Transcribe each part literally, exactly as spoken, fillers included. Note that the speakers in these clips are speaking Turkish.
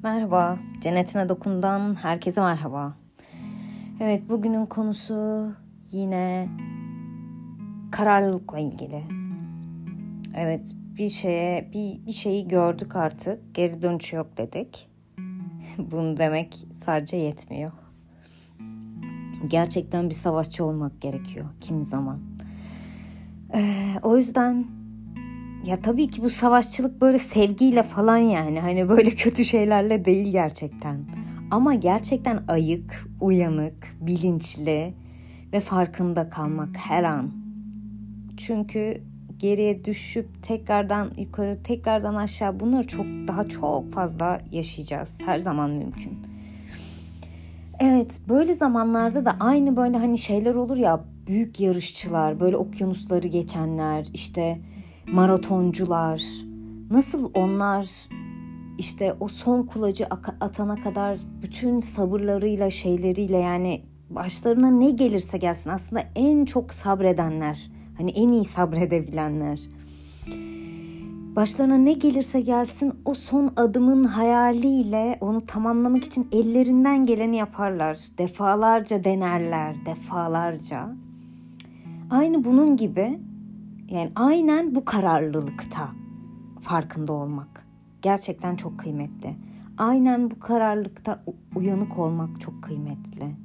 Merhaba, Cennetine Dokun'dan herkese merhaba. Evet, bugünün konusu yine kararlılıkla ilgili. Evet, bir şeye, bir, bir şeyi gördük artık, geri dönüşü yok dedik. Bunu demek sadece yetmiyor. Gerçekten bir savaşçı olmak gerekiyor kimi zaman. Ee, o yüzden ya tabii ki bu savaşçılık böyle sevgiyle falan yani hani böyle kötü şeylerle değil gerçekten. Ama gerçekten ayık, uyanık, bilinçli ve farkında kalmak her an. Çünkü geriye düşüp tekrardan yukarı, tekrardan aşağı bunları çok daha çok fazla yaşayacağız. Her zaman mümkün. Evet, böyle zamanlarda da aynı böyle hani şeyler olur ya, büyük yarışçılar, böyle okyanusları geçenler, işte maratoncular, nasıl onlar işte o son kulacı atana kadar bütün sabırlarıyla, şeyleriyle, yani başlarına ne gelirse gelsin aslında en çok sabredenler, hani en iyi sabredebilenler. Başlarına ne gelirse gelsin o son adımın hayaliyle onu tamamlamak için ellerinden geleni yaparlar. Defalarca denerler, defalarca. Aynı bunun gibi, yani aynen bu kararlılıkta farkında olmak gerçekten çok kıymetli. Aynen bu kararlılıkta uyanık olmak çok kıymetli.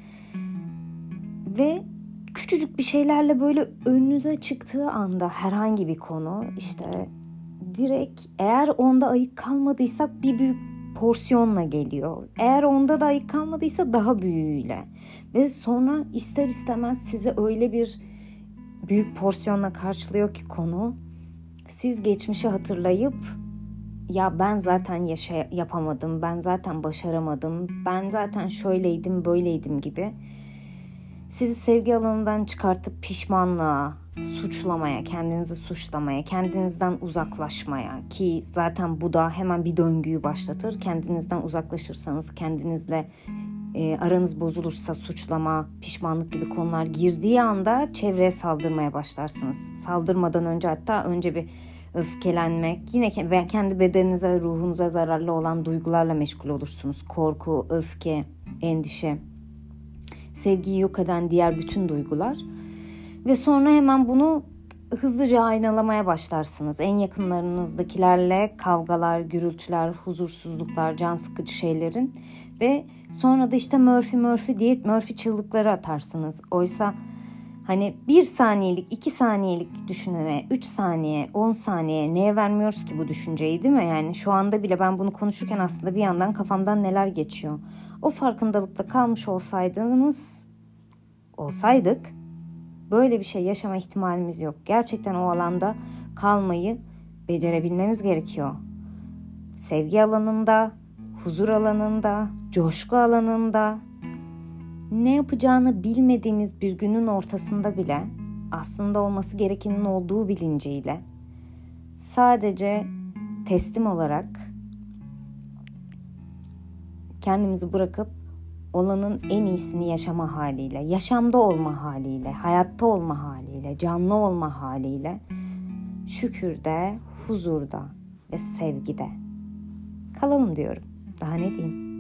Ve küçücük bir şeylerle böyle önünüze çıktığı anda herhangi bir konu, işte direkt eğer onda ayık kalmadıysak bir büyük porsiyonla geliyor. Eğer onda da ayık kalmadıysa daha büyüğüyle. Ve sonra ister istemez size öyle bir büyük porsiyonla karşılıyor ki konu, siz geçmişi hatırlayıp ya ben zaten yaşa- yapamadım, ben zaten başaramadım, ben zaten şöyleydim böyleydim gibi sizi sevgi alanından çıkartıp pişmanlığa, suçlamaya, kendinizi suçlamaya, kendinizden uzaklaşmaya, ki zaten bu da hemen bir döngüyü başlatır. Kendinizden uzaklaşırsanız, kendinizle e, aranız bozulursa suçlama, pişmanlık gibi konular girdiği anda çevreye saldırmaya başlarsınız. Saldırmadan önce hatta önce bir öfkelenmek, yine kendi bedeninize, ruhunuza zararlı olan duygularla meşgul olursunuz. Korku, öfke, endişe, sevgiyi yok eden diğer bütün duygular. Ve sonra hemen bunu hızlıca aynalamaya başlarsınız. En yakınlarınızdakilerle kavgalar, gürültüler, huzursuzluklar, can sıkıcı şeylerin ve sonra da işte Murphy Murphy diye Murphy çığlıkları atarsınız. Oysa hani bir saniyelik, iki saniyelik düşünmeye, üç saniye, on saniye neye vermiyoruz ki bu düşünceyi, değil mi? Yani şu anda bile ben bunu konuşurken aslında bir yandan kafamdan neler geçiyor. O farkındalıkta kalmış olsaydınız, olsaydık böyle bir şey yaşama ihtimalimiz yok. Gerçekten o alanda kalmayı becerebilmemiz gerekiyor. Sevgi alanında, huzur alanında, coşku alanında, ne yapacağını bilmediğimiz bir günün ortasında bile aslında olması gerekenin olduğu bilinciyle sadece teslim olarak kendimizi bırakıp olanın en iyisini yaşama haliyle, yaşamda olma haliyle, hayatta olma haliyle, canlı olma haliyle, şükürde, huzurda ve sevgide kalalım diyorum. Daha ne diyeyim?